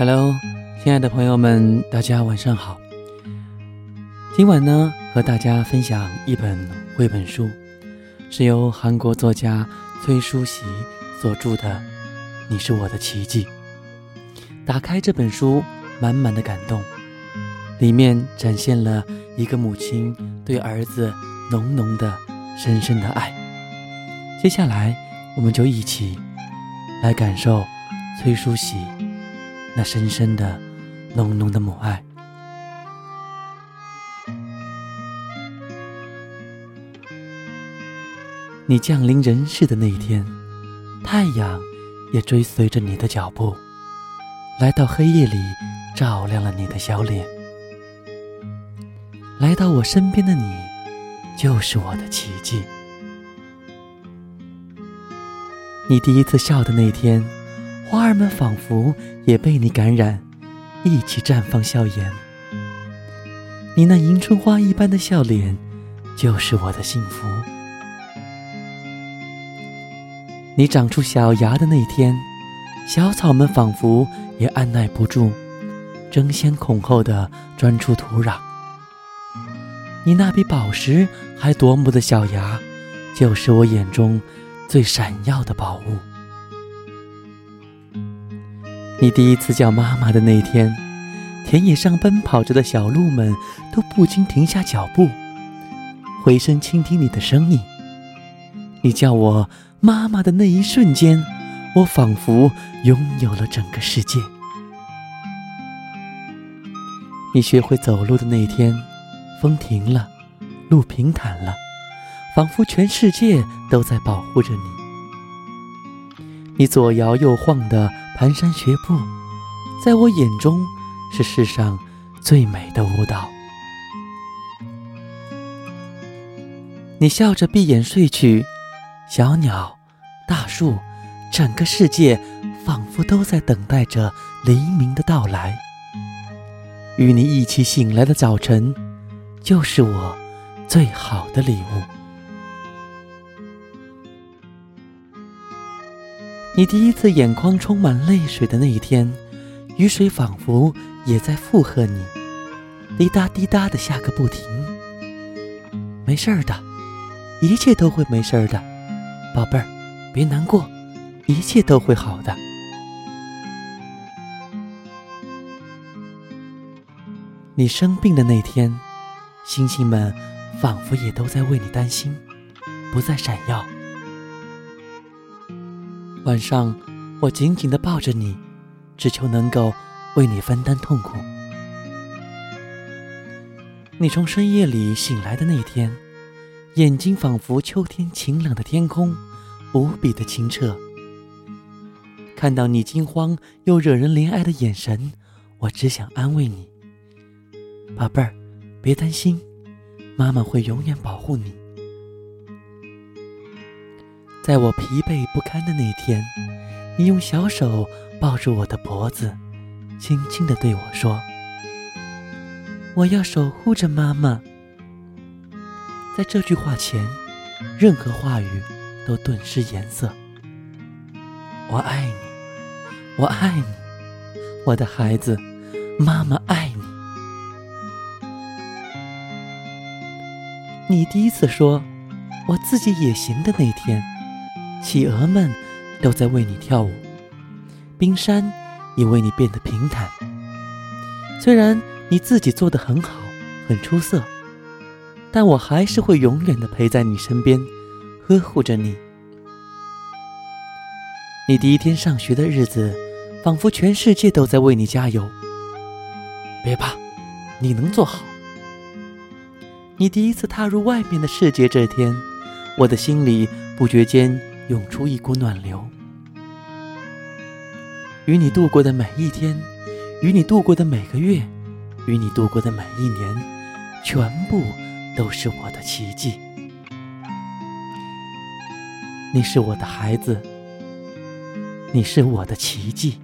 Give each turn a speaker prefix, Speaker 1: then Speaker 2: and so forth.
Speaker 1: Hello， 亲爱的朋友们，大家晚上好。今晚呢，和大家分享一本绘本书，是由韩国作家崔淑熙所著的《你是我的奇迹》。打开这本书，满满的感动，里面展现了一个母亲对儿子浓浓的、深深的爱。接下来，我们就一起来感受崔淑熙那深深的、浓浓的母爱。你降临人世的那一天，太阳也追随着你的脚步，来到黑夜里，照亮了你的小脸。来到我身边的你，就是我的奇迹。你第一次笑的那天，花儿们仿佛也被你感染，一起绽放笑颜。你那迎春花一般的笑脸，就是我的幸福。你长出小芽的那天，小草们仿佛也按耐不住，争先恐后地钻出土壤。你那比宝石还夺目的小芽，就是我眼中最闪耀的宝物。你第一次叫妈妈的那天，田野上奔跑着的小鹿们都不禁停下脚步，回身倾听你的声音。你叫我妈妈的那一瞬间，我仿佛拥有了整个世界。你学会走路的那天，风停了，路平坦了，仿佛全世界都在保护着你。你左摇右晃的蹒跚学步，在我眼中是世上最美的舞蹈。你笑着闭眼睡去，小鸟、大树，整个世界仿佛都在等待着黎明的到来。与你一起醒来的早晨，就是我最好的礼物。你第一次眼眶充满泪水的那一天，雨水仿佛也在附和你，滴答滴答地下个不停。没事儿的，一切都会没事儿的，宝贝儿，别难过，一切都会好的。你生病的那天，星星们仿佛也都在为你担心，不再闪耀。晚上，我紧紧地抱着你，只求能够为你分担痛苦。你从深夜里醒来的那天，眼睛仿佛秋天晴朗的天空，无比的清澈。看到你惊慌又惹人怜爱的眼神，我只想安慰你，宝贝儿，别担心，妈妈会永远保护你。在我疲惫不堪的那天，你用小手抱住我的脖子，轻轻地对我说，我要守护着妈妈。在这句话前，任何话语都顿失颜色。我爱你，我爱你，我的孩子，妈妈爱你。你第一次说我自己也行的那天，企鹅们都在为你跳舞，冰山也为你变得平坦。虽然你自己做得很好，很出色，但我还是会永远地陪在你身边，呵护着你。你第一天上学的日子，仿佛全世界都在为你加油。别怕，你能做好。你第一次踏入外面的世界这天，我的心里不觉间涌出一股暖流。与你度过的每一天，与你度过的每个月，与你度过的每一年，全部都是我的奇迹。你是我的孩子，你是我的奇迹。